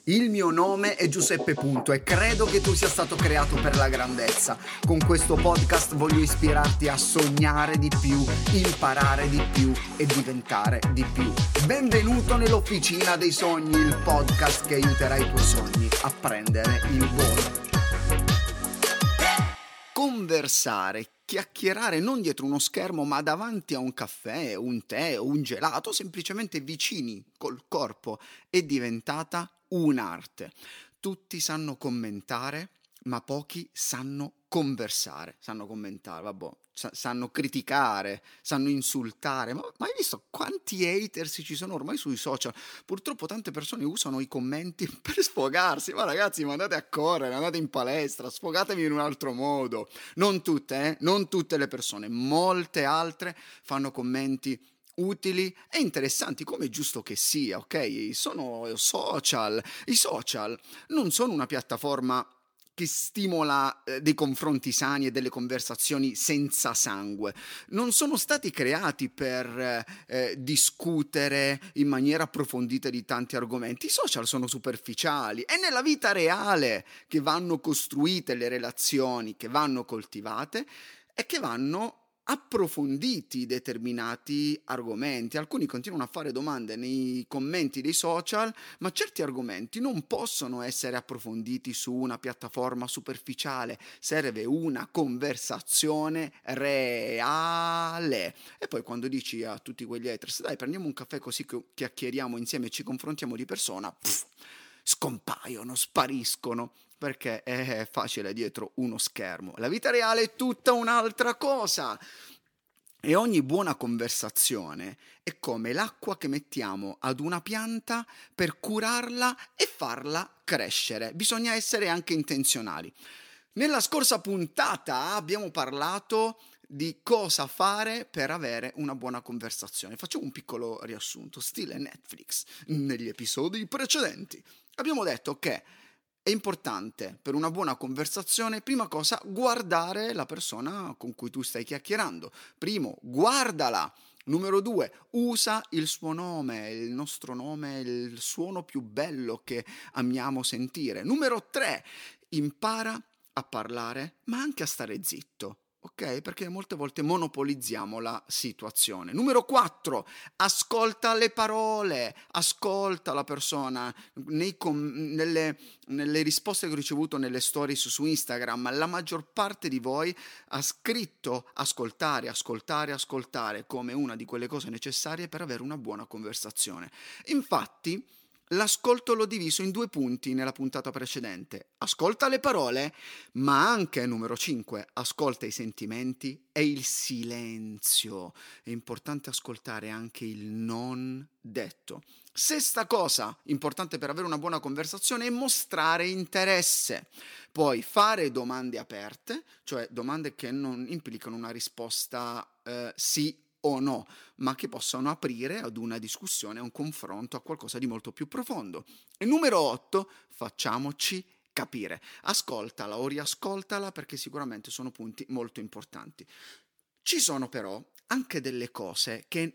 Il mio nome è Giuseppe Punto e credo che tu sia stato creato per la grandezza. Con questo podcast voglio ispirarti a sognare di più, imparare di più e diventare di più. Benvenuto nell'Officina dei Sogni, il podcast che aiuterà i tuoi sogni a prendere il volo. Conversare, chiacchierare non dietro uno schermo ma davanti a un caffè, un tè o un gelato, semplicemente vicini col corpo, è diventata un'arte. Tutti sanno commentare, ma pochi sanno conversare, sanno commentare, vabbè, sanno criticare, sanno insultare. Ma hai visto quanti haters ci sono ormai sui social? Purtroppo tante persone usano i commenti per sfogarsi. Ma ragazzi, ma andate a correre, andate in palestra, sfogatevi in un altro modo. Non tutte, non tutte le persone, molte altre fanno commenti utili e interessanti, come è giusto che sia, ok? Sono social. I social non sono una piattaforma che stimola dei confronti sani e delle conversazioni senza sangue. Non sono stati creati per discutere in maniera approfondita di tanti argomenti. I social sono superficiali. È nella vita reale che vanno costruite le relazioni, che vanno coltivate e che vanno approfonditi determinati argomenti. Alcuni continuano a fare domande nei commenti dei social, ma certi argomenti non possono essere approfonditi su una piattaforma superficiale. Serve una conversazione reale. E poi quando dici a tutti quegli haters, dai, prendiamo un caffè così chiacchieriamo insieme e ci confrontiamo di persona, scompaiono, spariscono, perché è facile dietro uno schermo. La vita reale è tutta un'altra cosa. E ogni buona conversazione è come l'acqua che mettiamo ad una pianta per curarla e farla crescere. Bisogna essere anche intenzionali. Nella scorsa puntata abbiamo parlato di cosa fare per avere una buona conversazione. Facciamo un piccolo riassunto, stile Netflix, negli episodi precedenti. Abbiamo detto che è importante per una buona conversazione, prima cosa, guardare la persona con cui tu stai chiacchierando. Primo, guardala. Numero 2, usa il suo nome, il nostro nome, il suono più bello che amiamo sentire. Numero 3, impara a parlare, ma anche a stare zitto. Ok? Perché molte volte monopolizziamo la situazione. Numero 4, ascolta le parole, ascolta la persona. Nelle risposte che ho ricevuto nelle stories su Instagram, la maggior parte di voi ha scritto ascoltare, ascoltare, ascoltare come una di quelle cose necessarie per avere una buona conversazione. Infatti, l'ascolto l'ho diviso in 2 punti nella puntata precedente. Ascolta le parole, ma anche, numero 5, ascolta i sentimenti e il silenzio. È importante ascoltare anche il non detto. Sesta cosa importante per avere una buona conversazione è mostrare interesse. Poi fare domande aperte, cioè domande che non implicano una risposta sì o no, ma che possano aprire ad una discussione, a un confronto, a qualcosa di molto più profondo. E numero 8, facciamoci capire. Ascoltala o riascoltala perché sicuramente sono punti molto importanti. Ci sono però anche delle cose che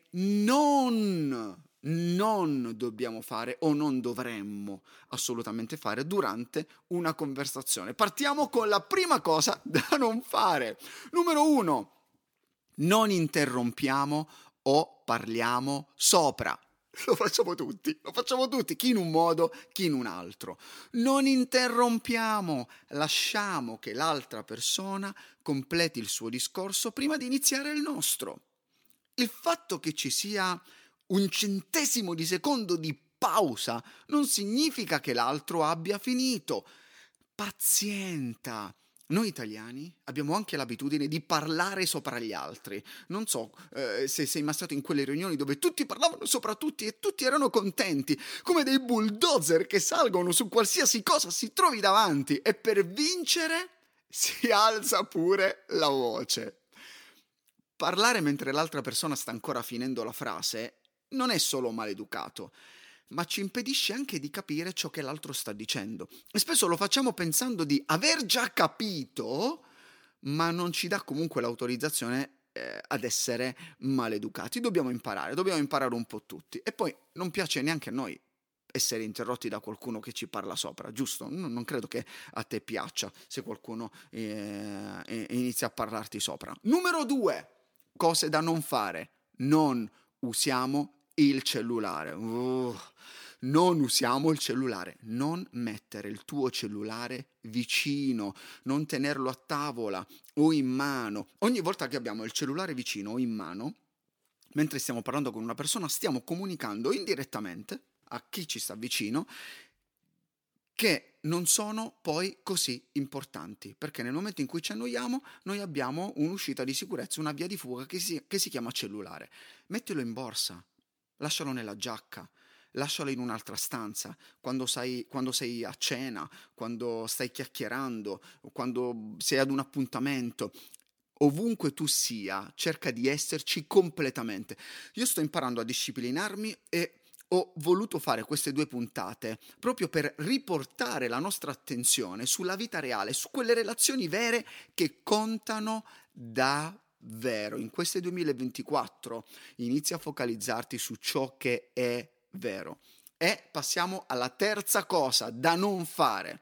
non dobbiamo fare o non dovremmo assolutamente fare durante una conversazione. Partiamo con la prima cosa da non fare. Numero 1. Non interrompiamo o parliamo sopra. Lo facciamo tutti, chi in un modo, chi in un altro. Non interrompiamo, lasciamo che l'altra persona completi il suo discorso prima di iniziare il nostro. Il fatto che ci sia un centesimo di secondo di pausa non significa che l'altro abbia finito. Pazienta. Noi italiani abbiamo anche l'abitudine di parlare sopra gli altri. Non so se sei mai stato in quelle riunioni dove tutti parlavano sopra tutti e tutti erano contenti, come dei bulldozer che salgono su qualsiasi cosa si trovi davanti e per vincere si alza pure la voce. Parlare mentre l'altra persona sta ancora finendo la frase non è solo maleducato, ma ci impedisce anche di capire ciò che l'altro sta dicendo. E spesso lo facciamo pensando di aver già capito, ma non ci dà comunque l'autorizzazione ad essere maleducati. Dobbiamo imparare un po' tutti. E poi non piace neanche a noi essere interrotti da qualcuno che ci parla sopra, giusto? Non credo che a te piaccia se qualcuno inizia a parlarti sopra. Numero 2, cose da non fare. Non usiamo il cellulare. Non usiamo il cellulare. Non mettere il tuo cellulare vicino, non tenerlo a tavola o in mano. Ogni volta che abbiamo il cellulare vicino o in mano, mentre stiamo parlando con una persona, stiamo comunicando indirettamente a chi ci sta vicino che non sono poi così importanti, perché nel momento in cui ci annoiamo noi abbiamo un'uscita di sicurezza, una via di fuga che si chiama cellulare. Mettilo in borsa, lascialo nella giacca, lascialo in un'altra stanza, quando sei a cena, quando stai chiacchierando, quando sei ad un appuntamento. Ovunque tu sia, cerca di esserci completamente. Io sto imparando a disciplinarmi e ho voluto fare queste 2 puntate proprio per riportare la nostra attenzione sulla vita reale, su quelle relazioni vere che contano davvero. In questo 2024 inizia a focalizzarti su ciò che è vero. E passiamo alla terza cosa da non fare.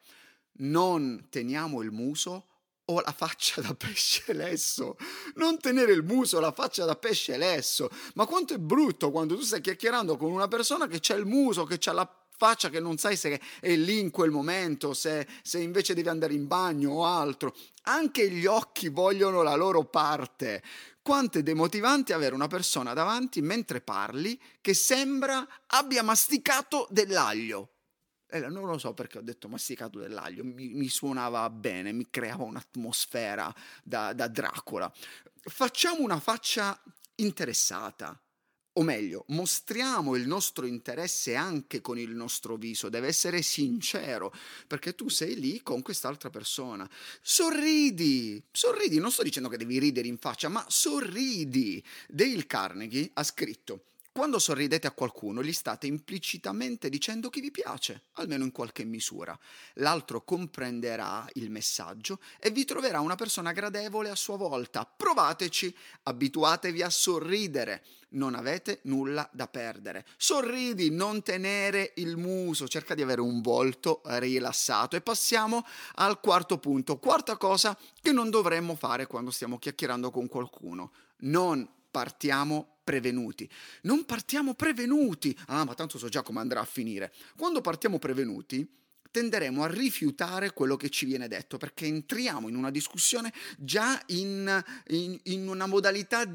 Non teniamo il muso o la faccia da pesce lesso. Non tenere il muso o la faccia da pesce lesso. Ma quanto è brutto quando tu stai chiacchierando con una persona che c'ha il muso, che c'ha la faccia, che non sai se è lì in quel momento, se invece devi andare in bagno o altro. Anche gli occhi vogliono la loro parte. Quanto è demotivante avere una persona davanti mentre parli che sembra abbia masticato dell'aglio. Non lo so perché ho detto masticato dell'aglio, mi suonava bene, mi creava un'atmosfera da Dracula. Facciamo una faccia interessata, o meglio, mostriamo il nostro interesse anche con il nostro viso, deve essere sincero, perché tu sei lì con quest'altra persona. Sorridi, sorridi, non sto dicendo che devi ridere in faccia, ma sorridi. Dale Carnegie ha scritto: quando sorridete a qualcuno, gli state implicitamente dicendo che vi piace, almeno in qualche misura. L'altro comprenderà il messaggio e vi troverà una persona gradevole a sua volta. Provateci, abituatevi a sorridere. Non avete nulla da perdere. Sorridi, non tenere il muso, cerca di avere un volto rilassato. E passiamo al quarto punto. Quarta cosa che non dovremmo fare quando stiamo chiacchierando con qualcuno. Non partiamo prevenuti. Non partiamo prevenuti. Ma tanto so già come andrà a finire. Quando partiamo prevenuti, tenderemo a rifiutare quello che ci viene detto, perché entriamo in una discussione già in una modalità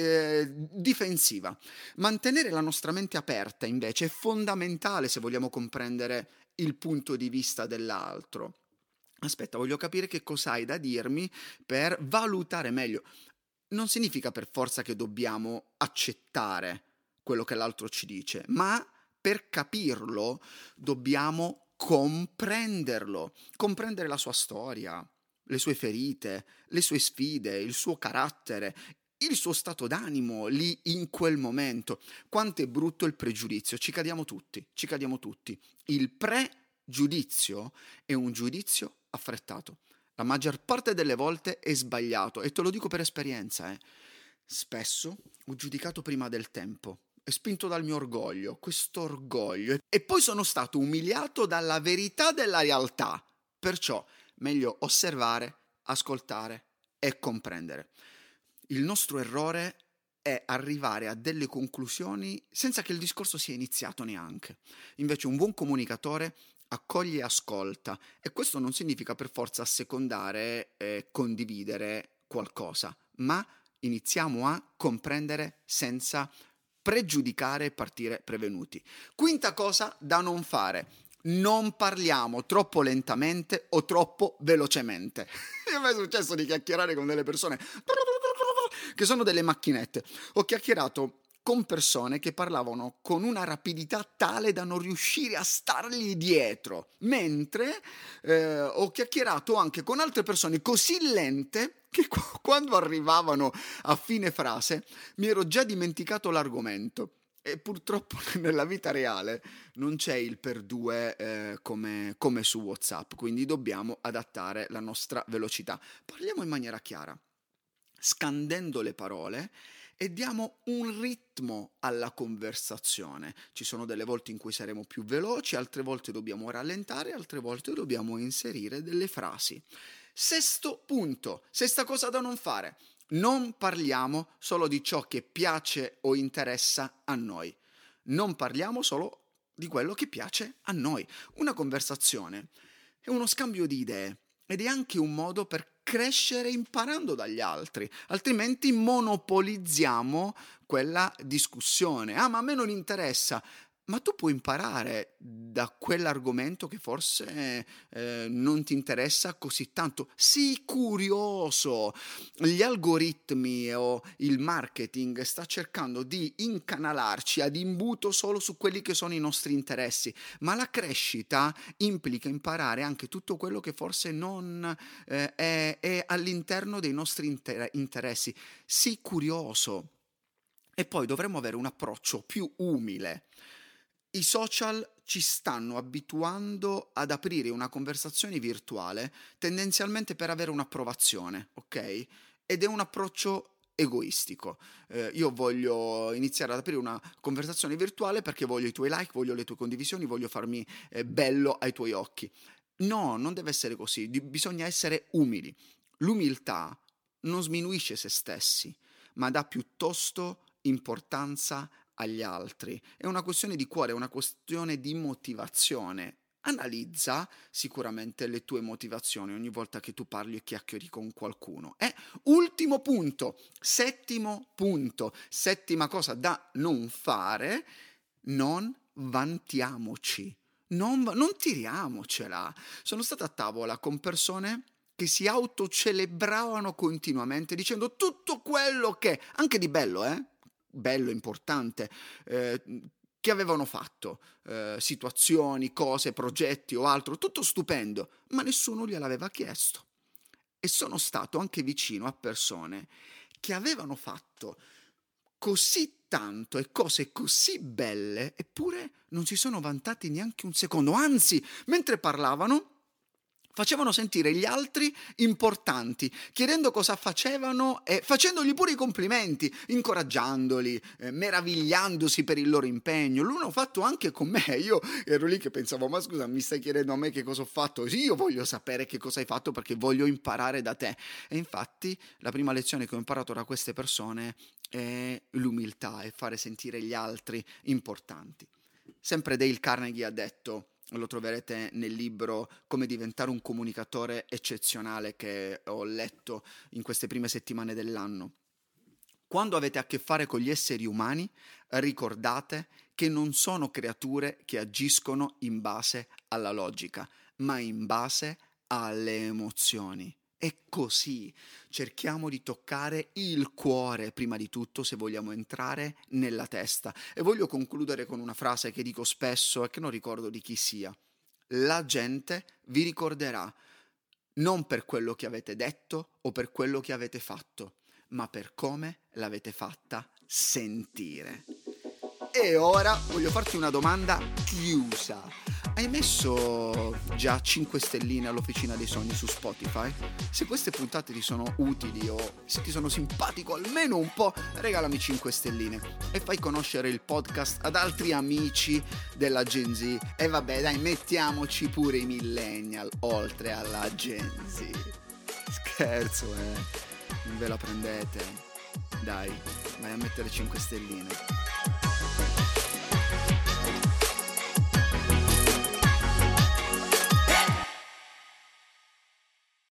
difensiva. Mantenere la nostra mente aperta, invece, è fondamentale se vogliamo comprendere il punto di vista dell'altro. Aspetta, voglio capire che cosa hai da dirmi per valutare meglio. Non significa per forza che dobbiamo accettare quello che l'altro ci dice, ma per capirlo dobbiamo comprenderlo, comprendere la sua storia, le sue ferite, le sue sfide, il suo carattere, il suo stato d'animo lì in quel momento. Quanto è brutto il pregiudizio, ci cadiamo tutti, ci cadiamo tutti. Il pregiudizio è un giudizio affrettato. La maggior parte delle volte è sbagliato e te lo dico per esperienza. Spesso ho giudicato prima del tempo e spinto dal mio orgoglio, questo orgoglio, e poi sono stato umiliato dalla verità della realtà. Perciò meglio osservare, ascoltare e comprendere. Il nostro errore è arrivare a delle conclusioni senza che il discorso sia iniziato neanche. Invece un buon comunicatore accoglie e ascolta, e questo non significa per forza assecondare e condividere qualcosa, ma iniziamo a comprendere senza pregiudicare e partire prevenuti. Quinta cosa da non fare: non parliamo troppo lentamente o troppo velocemente. Mi è successo di chiacchierare con delle persone che sono delle macchinette. Ho chiacchierato con persone che parlavano con una rapidità tale da non riuscire a stargli dietro, mentre ho chiacchierato anche con altre persone così lente che quando arrivavano a fine frase mi ero già dimenticato l'argomento. E purtroppo nella vita reale non c'è il per due come su WhatsApp, quindi dobbiamo adattare la nostra velocità. Parliamo in maniera chiara, scandendo le parole e diamo un ritmo alla conversazione. Ci sono delle volte in cui saremo più veloci, altre volte dobbiamo rallentare, altre volte dobbiamo inserire delle frasi. Sesto punto, sesta cosa da non fare. Non parliamo solo di ciò che piace o interessa a noi. Non parliamo solo di quello che piace a noi. Una conversazione è uno scambio di idee ed è anche un modo per crescere imparando dagli altri, altrimenti monopolizziamo quella discussione. Ma a me non interessa. Ma tu puoi imparare da quell'argomento che forse non ti interessa così tanto. Sii curioso. Gli algoritmi o il marketing sta cercando di incanalarci ad imbuto solo su quelli che sono i nostri interessi, ma la crescita implica imparare anche tutto quello che forse non è all'interno dei nostri interessi. Sii curioso. E poi dovremmo avere un approccio più umile. I social ci stanno abituando ad aprire una conversazione virtuale tendenzialmente per avere un'approvazione, ok? Ed è un approccio egoistico. Io voglio iniziare ad aprire una conversazione virtuale perché voglio i tuoi like, voglio le tue condivisioni, voglio farmi bello ai tuoi occhi. No, non deve essere così, bisogna essere umili. L'umiltà non sminuisce se stessi, ma dà piuttosto importanza agli altri. È una questione di cuore, è una questione di motivazione. Analizza sicuramente le tue motivazioni ogni volta che tu parli e chiacchieri con qualcuno. E ultimo punto, settimo punto, settima cosa da non fare, non vantiamoci. Non tiriamocela. Sono stato a tavola con persone che si autocelebravano continuamente dicendo tutto quello che, anche di bello, bello, importante, che avevano fatto, situazioni, cose, progetti o altro, tutto stupendo, ma nessuno gliel'aveva chiesto. E sono stato anche vicino a persone che avevano fatto così tanto e cose così belle, eppure non si sono vantati neanche un secondo, anzi, mentre parlavano facevano sentire gli altri importanti, chiedendo cosa facevano e facendogli pure i complimenti, incoraggiandoli, meravigliandosi per il loro impegno. L'hanno fatto anche con me. Io ero lì che pensavo, ma scusa, mi stai chiedendo a me che cosa ho fatto? Sì, io voglio sapere che cosa hai fatto perché voglio imparare da te. E infatti la prima lezione che ho imparato da queste persone è l'umiltà e fare sentire gli altri importanti. Sempre Dale Carnegie ha detto, lo troverete nel libro Come diventare un comunicatore eccezionale che ho letto in queste prime settimane dell'anno. Quando avete a che fare con gli esseri umani, ricordate che non sono creature che agiscono in base alla logica, ma in base alle emozioni. E così cerchiamo di toccare il cuore prima di tutto se vogliamo entrare nella testa. E voglio concludere con una frase che dico spesso e che non ricordo di chi sia. La gente vi ricorderà non per quello che avete detto o per quello che avete fatto, ma per come l'avete fatta sentire. E ora voglio farti una domanda chiusa. Hai messo già 5 stelline all'Officina dei Sogni su Spotify? Se queste puntate ti sono utili o se ti sono simpatico almeno un po', regalami 5 stelline e fai conoscere il podcast ad altri amici della Gen Z. E vabbè, dai, mettiamoci pure i millennial oltre alla Gen Z. Scherzo, non ve la prendete. Dai, vai a mettere 5 stelline.